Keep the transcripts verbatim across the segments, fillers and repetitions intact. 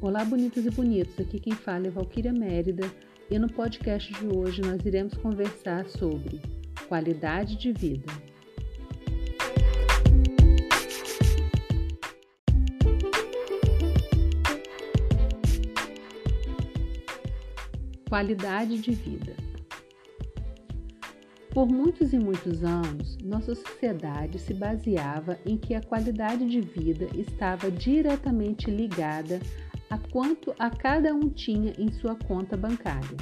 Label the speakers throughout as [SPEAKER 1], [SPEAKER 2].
[SPEAKER 1] Olá, bonitos e bonitos, aqui quem fala é Valquíria Mérida e no podcast de hoje nós iremos conversar sobre qualidade de vida. Qualidade de vida. Por muitos e muitos anos, nossa sociedade se baseava em que a qualidade de vida estava diretamente ligada a quanto a cada um tinha em sua conta bancária.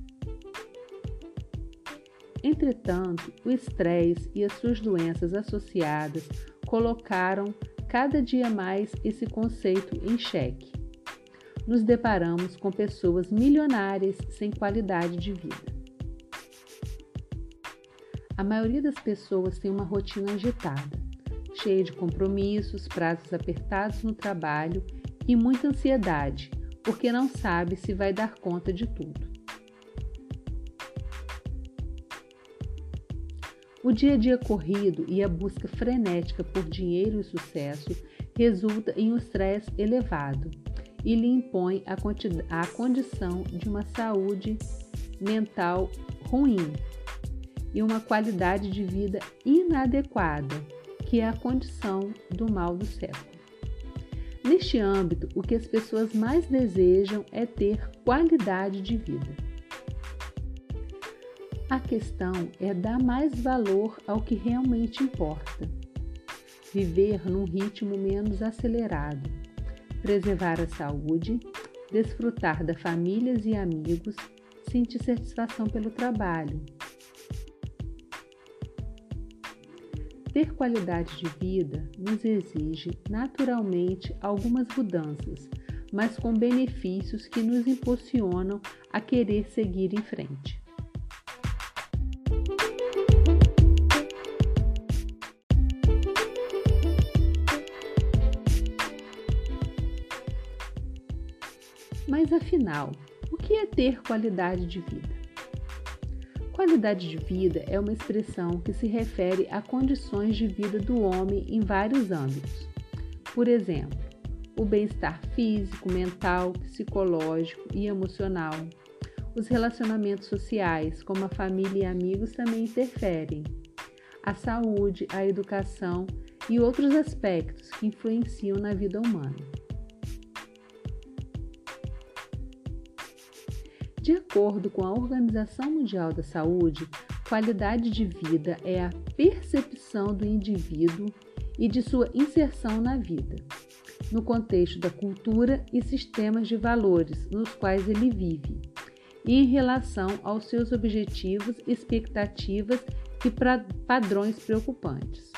[SPEAKER 1] Entretanto, o estresse e as suas doenças associadas colocaram cada dia mais esse conceito em xeque. Nos deparamos com pessoas milionárias sem qualidade de vida. A maioria das pessoas tem uma rotina agitada, cheia de compromissos, prazos apertados no trabalho e muita ansiedade, porque não sabe se vai dar conta de tudo. O dia a dia corrido e a busca frenética por dinheiro e sucesso resulta em um estresse elevado e lhe impõe a, condi- a condição de uma saúde mental ruim e uma qualidade de vida inadequada, que é a condição do mal do século. Neste âmbito, o que as pessoas mais desejam é ter qualidade de vida. A questão é dar mais valor ao que realmente importa. Viver num ritmo menos acelerado, preservar a saúde, desfrutar da família e amigos, sentir satisfação pelo trabalho. Ter qualidade de vida nos exige naturalmente algumas mudanças, mas com benefícios que nos impulsionam a querer seguir em frente. Mas afinal, o que é ter qualidade de vida? Qualidade de vida é uma expressão que se refere a condições de vida do homem em vários âmbitos. Por exemplo, o bem-estar físico, mental, psicológico e emocional. Os relacionamentos sociais, como a família e amigos, também interferem. A saúde, a educação e outros aspectos que influenciam na vida humana. De acordo com a Organização Mundial da Saúde, qualidade de vida é a percepção do indivíduo e de sua inserção na vida, no contexto da cultura e sistemas de valores nos quais ele vive, e em relação aos seus objetivos, expectativas e padrões preocupantes.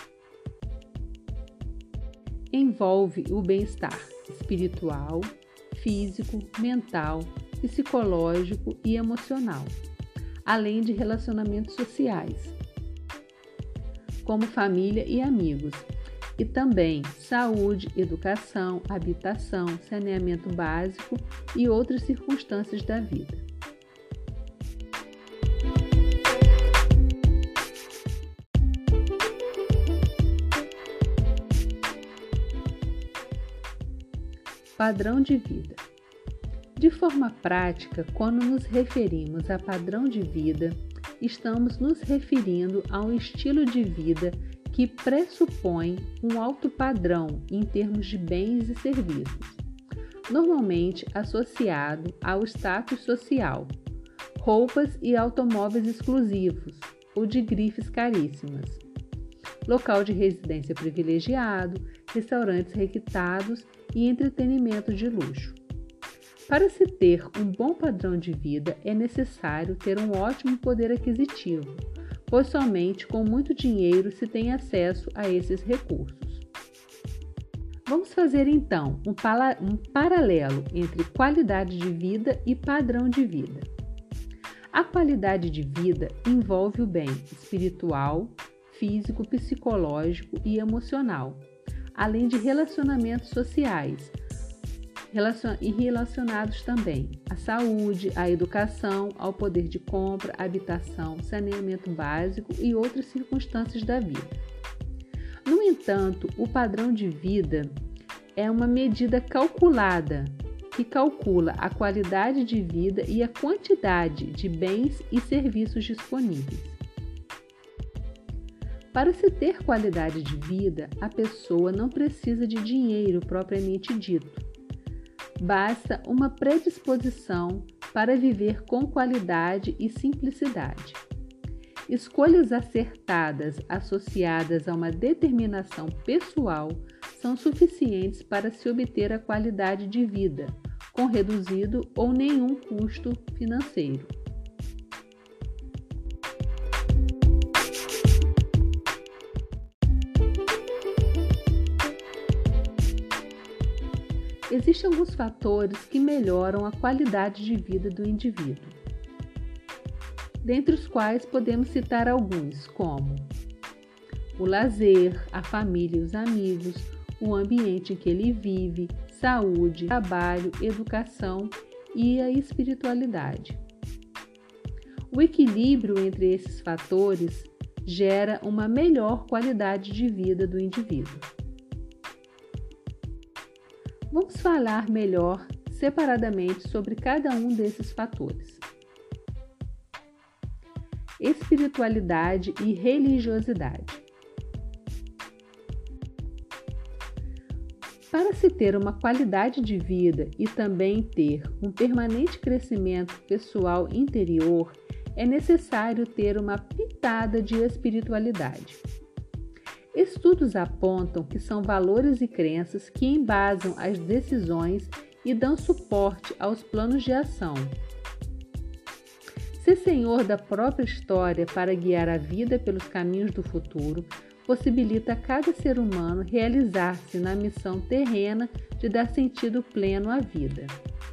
[SPEAKER 1] Envolve o bem-estar espiritual, físico, mental, psicológico e emocional, além de relacionamentos sociais, como família e amigos, e também saúde, educação, habitação, saneamento básico e outras circunstâncias da vida. Padrão de vida. De forma prática, quando nos referimos a padrão de vida, estamos nos referindo a um estilo de vida que pressupõe um alto padrão em termos de bens e serviços, normalmente associado ao status social, roupas e automóveis exclusivos ou de grifes caríssimas, local de residência privilegiado, restaurantes requintados e entretenimento de luxo. Para se ter um bom padrão de vida, é necessário ter um ótimo poder aquisitivo, pois somente com muito dinheiro se tem acesso a esses recursos. Vamos fazer então um, pala- um paralelo entre qualidade de vida e padrão de vida. A qualidade de vida envolve o bem espiritual, físico, psicológico e emocional, além de relacionamentos sociais, e relacionados também à saúde, à educação, ao poder de compra, habitação, saneamento básico e outras circunstâncias da vida. No entanto, o padrão de vida é uma medida calculada que calcula a qualidade de vida e a quantidade de bens e serviços disponíveis. Para se ter qualidade de vida, a pessoa não precisa de dinheiro propriamente dito. Basta uma predisposição para viver com qualidade e simplicidade. Escolhas acertadas associadas a uma determinação pessoal são suficientes para se obter a qualidade de vida, com reduzido ou nenhum custo financeiro. Existem alguns fatores que melhoram a qualidade de vida do indivíduo, dentre os quais podemos citar alguns, como o lazer, a família e os amigos, o ambiente em que ele vive, saúde, trabalho, educação e a espiritualidade. O equilíbrio entre esses fatores gera uma melhor qualidade de vida do indivíduo. Vamos falar melhor separadamente sobre cada um desses fatores. Espiritualidade e religiosidade. Para se ter uma qualidade de vida e também ter um permanente crescimento pessoal interior, é necessário ter uma pitada de espiritualidade. Estudos apontam que são valores e crenças que embasam as decisões e dão suporte aos planos de ação. Ser senhor da própria história para guiar a vida pelos caminhos do futuro possibilita a cada ser humano realizar-se na missão terrena de dar sentido pleno à vida.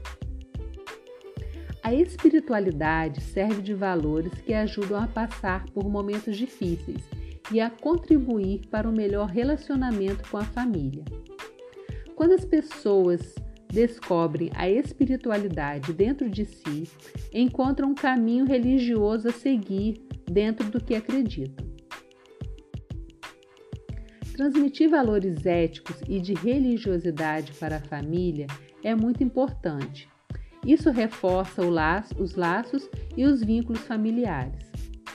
[SPEAKER 1] A espiritualidade serve de valores que ajudam a passar por momentos difíceis e a contribuir para um melhor relacionamento com a família. Quando as pessoas descobrem a espiritualidade dentro de si, encontram um caminho religioso a seguir dentro do que acreditam. Transmitir valores éticos e de religiosidade para a família é muito importante. Isso reforça o laço, os laços e os vínculos familiares.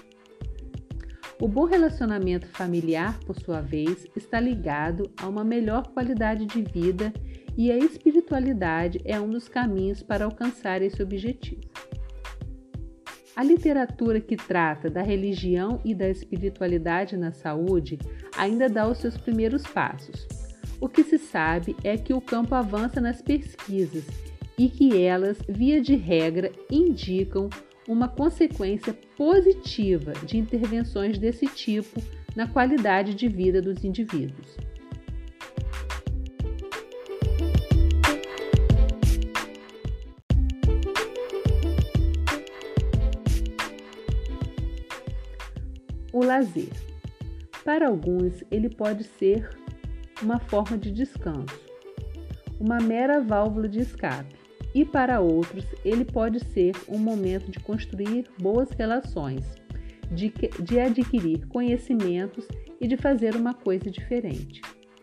[SPEAKER 1] O bom relacionamento familiar, por sua vez, está ligado a uma melhor qualidade de vida e a espiritualidade é um dos caminhos para alcançar esse objetivo. A literatura que trata da religião e da espiritualidade na saúde ainda dá os seus primeiros passos. O que se sabe é que o campo avança nas pesquisas e que elas, via de regra, indicam uma consequência positiva de intervenções desse tipo na qualidade de vida dos indivíduos. O lazer. Para alguns, ele pode ser uma forma de descanso, uma mera válvula de escape. E para outros, ele pode ser um momento de construir boas relações, de, de adquirir conhecimentos e de fazer uma coisa diferente.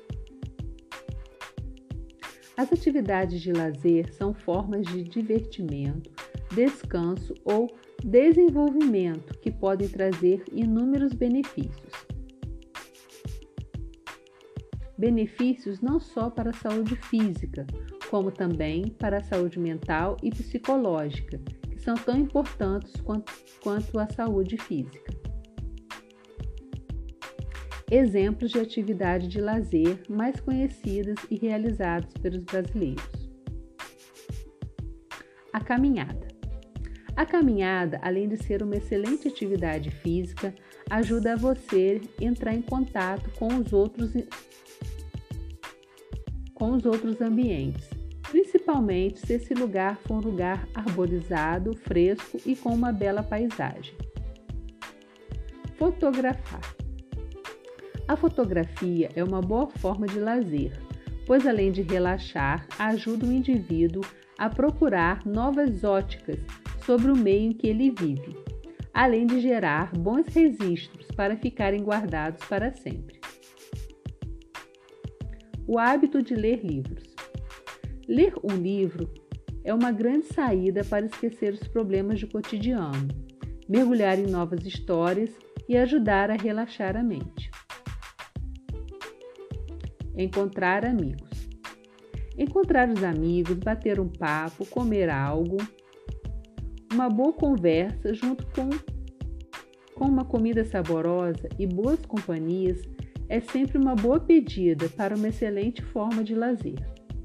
[SPEAKER 1] As atividades de lazer são formas de divertimento, descanso ou desenvolvimento que podem trazer inúmeros benefícios. Benefícios não só para a saúde física, como também para a saúde mental e psicológica, que são tão importantes quanto, quanto a saúde física. Exemplos de atividade de lazer mais conhecidas e realizadas pelos brasileiros. A caminhada. A caminhada, além de ser uma excelente atividade física, ajuda a você a entrar em contato com os outros, com os outros ambientes, principalmente se esse lugar for um lugar arborizado, fresco e com uma bela paisagem. Fotografar. A fotografia é uma boa forma de lazer, pois além de relaxar, ajuda o indivíduo a procurar novas óticas sobre o meio em que ele vive, além de gerar bons registros para ficarem guardados para sempre. O hábito de ler livros. Ler um livro é uma grande saída para esquecer os problemas do cotidiano, mergulhar em novas histórias e ajudar a relaxar a mente. Encontrar amigos. Encontrar os amigos, bater um papo, comer algo, uma boa conversa junto com, com uma comida saborosa e boas companhias é sempre uma boa pedida para uma excelente forma de lazer.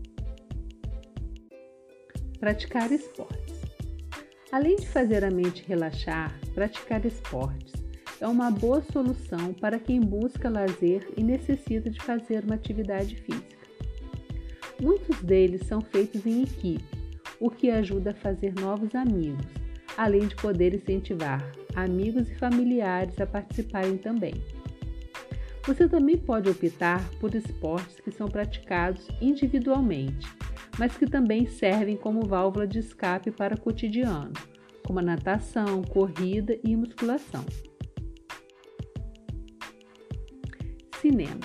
[SPEAKER 1] Praticar esportes. Além de fazer a mente relaxar, praticar esportes é uma boa solução para quem busca lazer e necessita de fazer uma atividade física. Muitos deles são feitos em equipe, o que ajuda a fazer novos amigos, além de poder incentivar amigos e familiares a participarem também. Você também pode optar por esportes que são praticados individualmente, mas que também servem como válvula de escape para o cotidiano, como a natação, corrida e musculação. Cinema.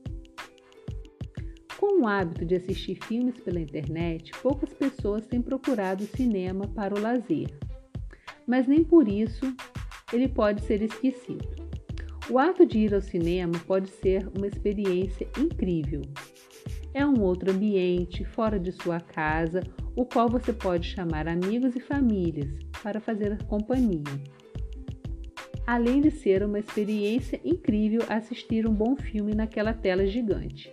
[SPEAKER 1] Com o hábito de assistir filmes pela internet, poucas pessoas têm procurado o cinema para o lazer, mas nem por isso ele pode ser esquecido. O ato de ir ao cinema pode ser uma experiência incrível. É um outro ambiente, fora de sua casa, o qual você pode chamar amigos e famílias para fazer companhia. Além de ser uma experiência incrível assistir um bom filme naquela tela gigante.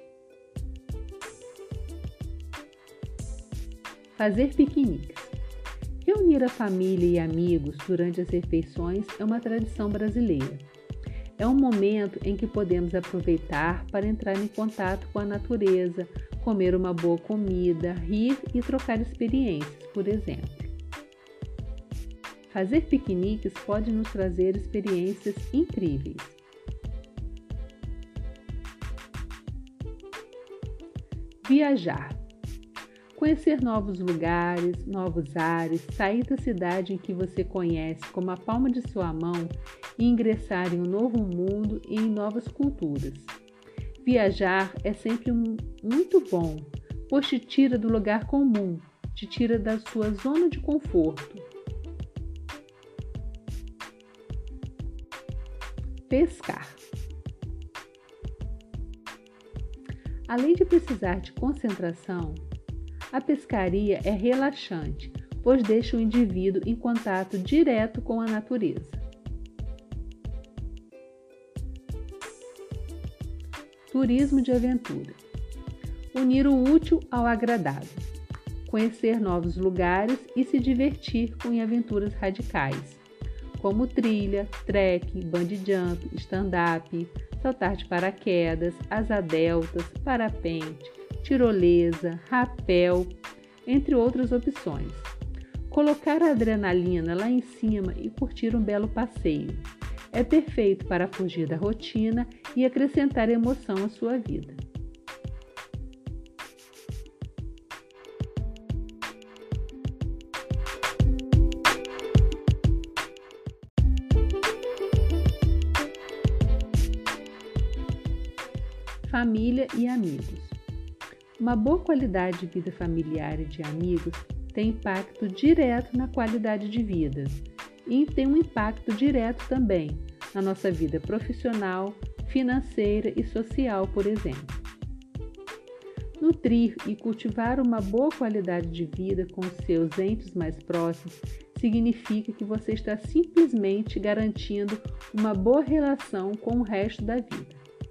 [SPEAKER 1] Fazer piqueniques. Reunir a família e amigos durante as refeições é uma tradição brasileira. É um momento em que podemos aproveitar para entrar em contato com a natureza, comer uma boa comida, rir e trocar experiências, por exemplo. Fazer piqueniques pode nos trazer experiências incríveis. Viajar. Conhecer novos lugares, novos ares, sair da cidade em que você conhece como a palma de sua mão e ingressar em um novo mundo e em novas culturas. Viajar é sempre muito bom, pois te tira do lugar comum, te tira da sua zona de conforto. Pescar. Além de precisar de concentração, a pescaria é relaxante, pois deixa o indivíduo em contato direto com a natureza. Turismo de aventura. Unir o útil ao agradável. Conhecer novos lugares e se divertir com aventuras radicais, como trilha, trekking, bungee jump, stand-up, saltar de paraquedas, asa deltas, parapente, tirolesa, rapel, entre outras opções. Colocar a adrenalina lá em cima e curtir um belo passeio. É perfeito para fugir da rotina e acrescentar emoção à sua vida. Família e amigos. Uma boa qualidade de vida familiar e de amigos tem impacto direto na qualidade de vida e tem um impacto direto também na nossa vida profissional, financeira e social, por exemplo. Nutrir e cultivar uma boa qualidade de vida com seus entes mais próximos significa que você está simplesmente garantindo uma boa relação com o resto da vida.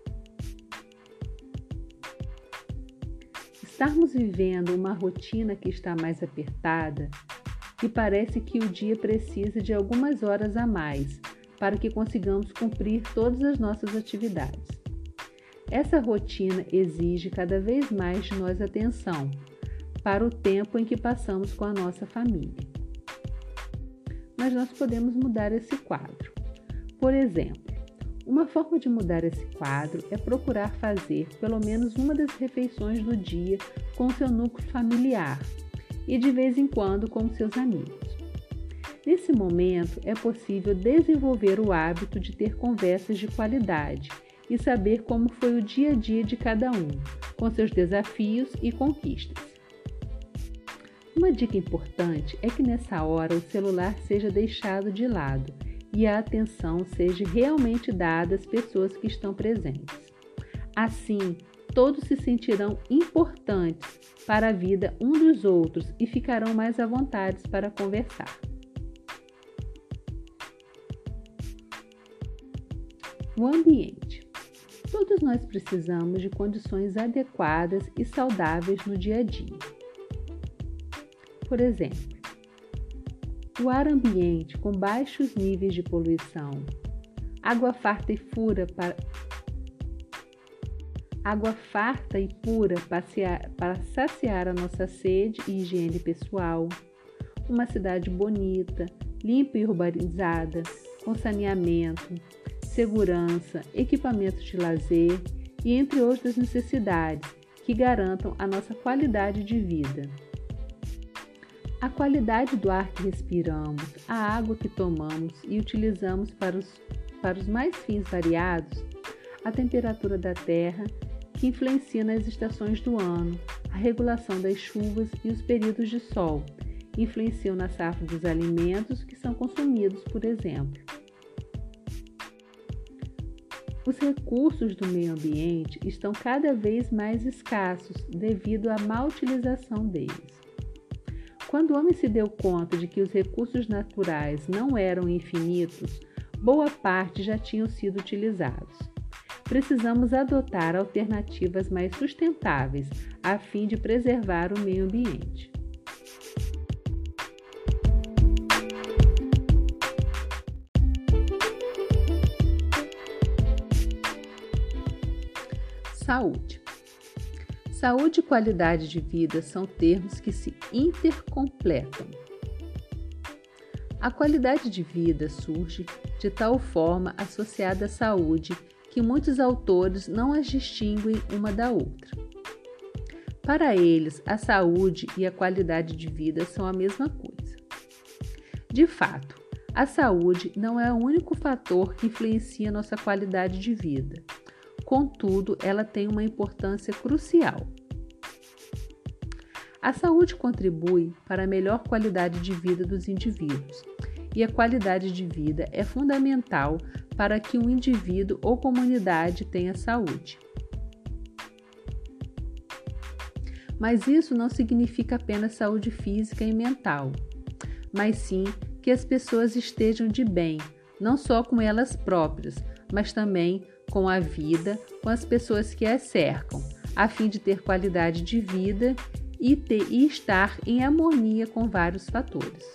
[SPEAKER 1] Estarmos vivendo uma rotina que está mais apertada e parece que o dia precisa de algumas horas a mais para que consigamos cumprir todas as nossas atividades. Essa rotina exige cada vez mais de nós atenção para o tempo em que passamos com a nossa família. Mas nós podemos mudar esse quadro. Por exemplo, uma forma de mudar esse quadro é procurar fazer pelo menos uma das refeições do dia com seu núcleo familiar e de vez em quando com seus amigos. Nesse momento, é possível desenvolver o hábito de ter conversas de qualidade e saber como foi o dia a dia de cada um, com seus desafios e conquistas. Uma dica importante é que nessa hora o celular seja deixado de lado e a atenção seja realmente dada às pessoas que estão presentes. Assim, todos se sentirão importantes para a vida um dos outros e ficarão mais à vontade para conversar. O ambiente. Todos nós precisamos de condições adequadas e saudáveis no dia a dia. Por exemplo, o ar ambiente com baixos níveis de poluição, água farta e pura para água farta e pura para saciar a nossa sede e higiene pessoal, uma cidade bonita, limpa e urbanizada, com saneamento, segurança, equipamentos de lazer e entre outras necessidades que garantam a nossa qualidade de vida. A qualidade do ar que respiramos, a água que tomamos e utilizamos para os, para os mais fins variados, a temperatura da terra, que influencia nas estações do ano, a regulação das chuvas e os períodos de sol, influenciam na safra dos alimentos que são consumidos, por exemplo. Os recursos do meio ambiente estão cada vez mais escassos devido à má utilização deles. Quando o homem se deu conta de que os recursos naturais não eram infinitos, boa parte já tinham sido utilizados. Precisamos adotar alternativas mais sustentáveis a fim de preservar o meio ambiente. Saúde. Saúde e qualidade de vida são termos que se intercompletam. A qualidade de vida surge de tal forma associada à saúde que muitos autores não as distinguem uma da outra. Para eles, a saúde e a qualidade de vida são a mesma coisa. De fato, a saúde não é o único fator que influencia nossa qualidade de vida. Contudo, ela tem uma importância crucial. A saúde contribui para a melhor qualidade de vida dos indivíduos, e a qualidade de vida é fundamental para que um indivíduo ou comunidade tenha saúde. Mas isso não significa apenas saúde física e mental, mas sim que as pessoas estejam de bem, não só com elas próprias, mas também com a vida, com as pessoas que as cercam, a fim de ter qualidade de vida e, ter, e estar em harmonia com vários fatores.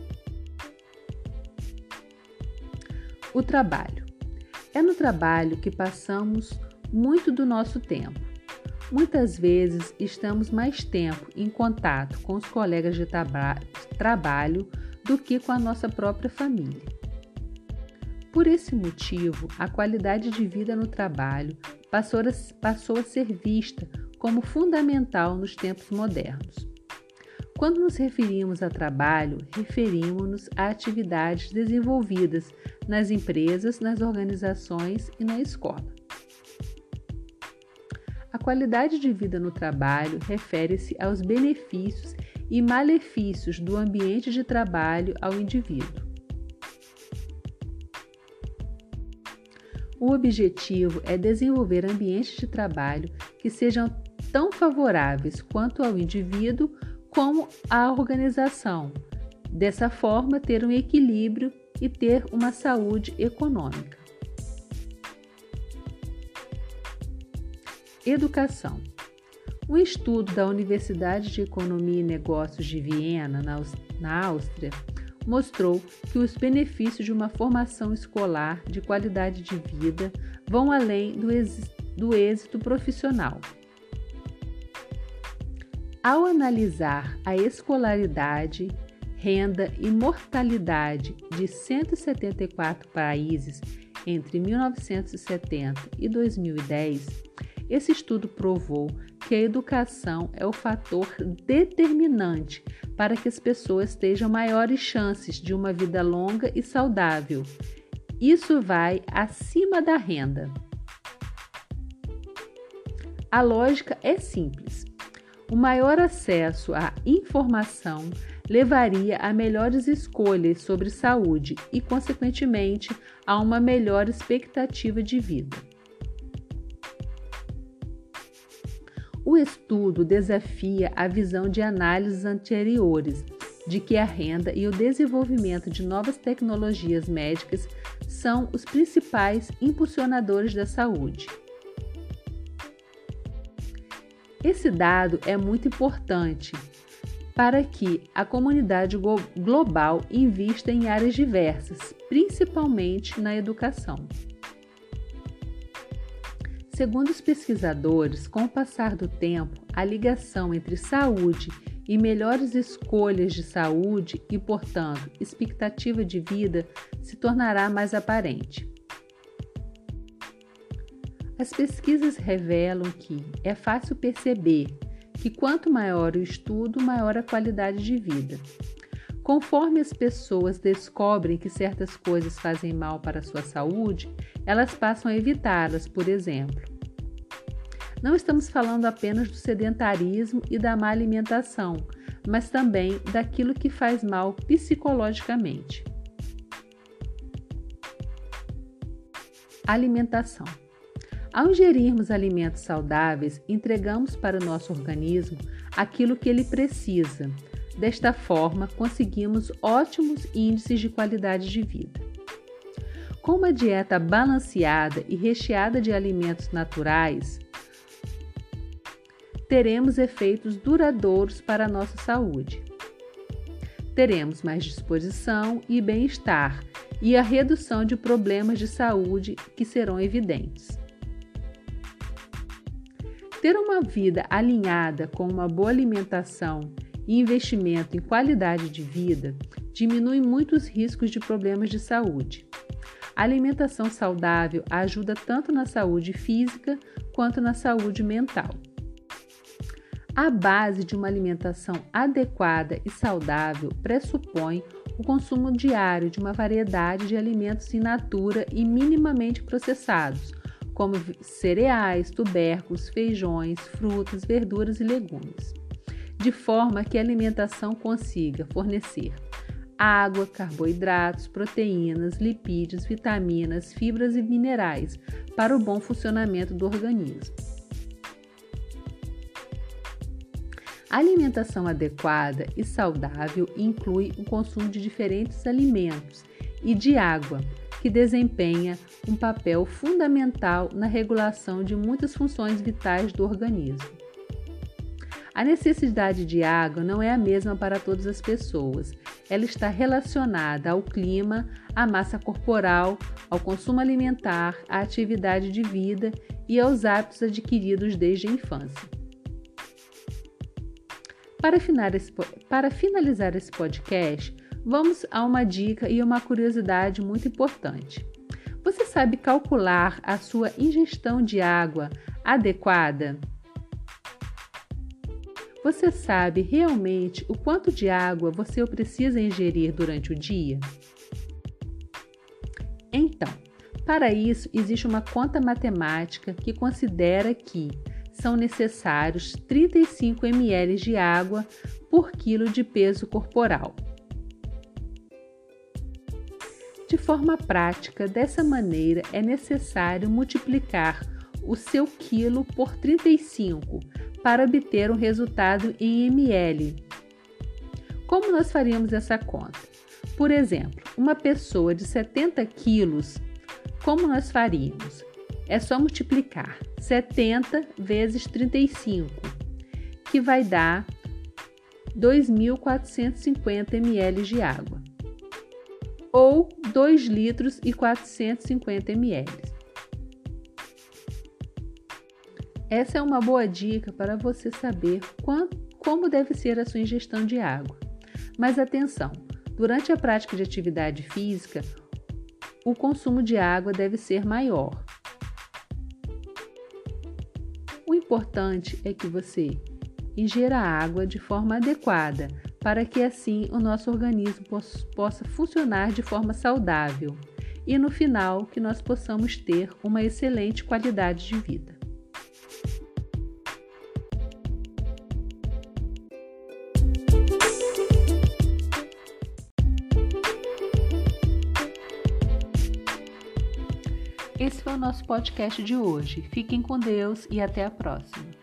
[SPEAKER 1] O trabalho. É no trabalho que passamos muito do nosso tempo. Muitas vezes estamos mais tempo em contato com os colegas de traba- trabalho do que com a nossa própria família. Por esse motivo, a qualidade de vida no trabalho passou a, passou a ser vista como fundamental nos tempos modernos. Quando nos referimos a trabalho, referimos-nos a atividades desenvolvidas nas empresas, nas organizações e na escola. A qualidade de vida no trabalho refere-se aos benefícios e malefícios do ambiente de trabalho ao indivíduo. O objetivo é desenvolver ambientes de trabalho que sejam tão favoráveis quanto ao indivíduo como à organização. Dessa forma, ter um equilíbrio e ter uma saúde econômica. Educação. Um estudo da Universidade de Economia e Negócios de Viena, na Áustria, mostrou que os benefícios de uma formação escolar de qualidade de vida vão além do, do êxito profissional. Ao analisar a escolaridade, renda e mortalidade de cento e setenta e quatro países entre mil novecentos e setenta e dois mil e dez, esse estudo provou que a educação é o fator determinante para que as pessoas tenham maiores chances de uma vida longa e saudável. Isso vai acima da renda. A lógica é simples. O maior acesso à informação levaria a melhores escolhas sobre saúde e, consequentemente, a uma melhor expectativa de vida. O estudo desafia a visão de análises anteriores de que a renda e o desenvolvimento de novas tecnologias médicas são os principais impulsionadores da saúde. Esse dado é muito importante para que a comunidade global invista em áreas diversas, principalmente na educação. Segundo os pesquisadores, com o passar do tempo, a ligação entre saúde e melhores escolhas de saúde e, portanto, expectativa de vida se tornará mais aparente. As pesquisas revelam que é fácil perceber que quanto maior o estudo, maior a qualidade de vida. Conforme as pessoas descobrem que certas coisas fazem mal para a sua saúde, elas passam a evitá-las, por exemplo. Não estamos falando apenas do sedentarismo e da má alimentação, mas também daquilo que faz mal psicologicamente. Alimentação. Ao ingerirmos alimentos saudáveis, entregamos para o nosso organismo aquilo que ele precisa. Desta forma, conseguimos ótimos índices de qualidade de vida. Com uma dieta balanceada e recheada de alimentos naturais, teremos efeitos duradouros para a nossa saúde. Teremos mais disposição e bem-estar e a redução de problemas de saúde que serão evidentes. Ter uma vida alinhada com uma boa alimentação e investimento em qualidade de vida diminui muito os riscos de problemas de saúde. A alimentação saudável ajuda tanto na saúde física quanto na saúde mental. A base de uma alimentação adequada e saudável pressupõe o consumo diário de uma variedade de alimentos in natura e minimamente processados, como cereais, tubérculos, feijões, frutas, verduras e legumes, de forma que a alimentação consiga fornecer água, carboidratos, proteínas, lipídios, vitaminas, fibras e minerais para o bom funcionamento do organismo. A alimentação adequada e saudável inclui o consumo de diferentes alimentos e de água, que desempenha um papel fundamental na regulação de muitas funções vitais do organismo. A necessidade de água não é a mesma para todas as pessoas. Ela está relacionada ao clima, à massa corporal, ao consumo alimentar, à atividade de vida e aos hábitos adquiridos desde a infância. Para finalizar esse podcast, vamos a uma dica e uma curiosidade muito importante. Você sabe calcular a sua ingestão de água adequada? Você sabe realmente o quanto de água você precisa ingerir durante o dia? Então, para isso existe uma conta matemática que considera que são necessários trinta e cinco mililitros de água por quilo de peso corporal. De forma prática, dessa maneira é necessário multiplicar o seu quilo por trinta e cinco para obter um resultado em ml. Como nós faríamos essa conta? Por exemplo, uma pessoa de setenta quilos, como nós faríamos? É só multiplicar setenta vezes trinta e cinco, que vai dar dois mil quatrocentos e cinquenta mililitros de água, ou dois litros e quatrocentos e cinquenta mililitros. Essa é uma boa dica para você saber quanto, como deve ser a sua ingestão de água. Mas atenção, durante a prática de atividade física, o consumo de água deve ser maior. O importante é que você ingera água de forma adequada, para que assim o nosso organismo possa funcionar de forma saudável e no final que nós possamos ter uma excelente qualidade de vida. Esse foi o nosso podcast de hoje. Fiquem com Deus e até a próxima.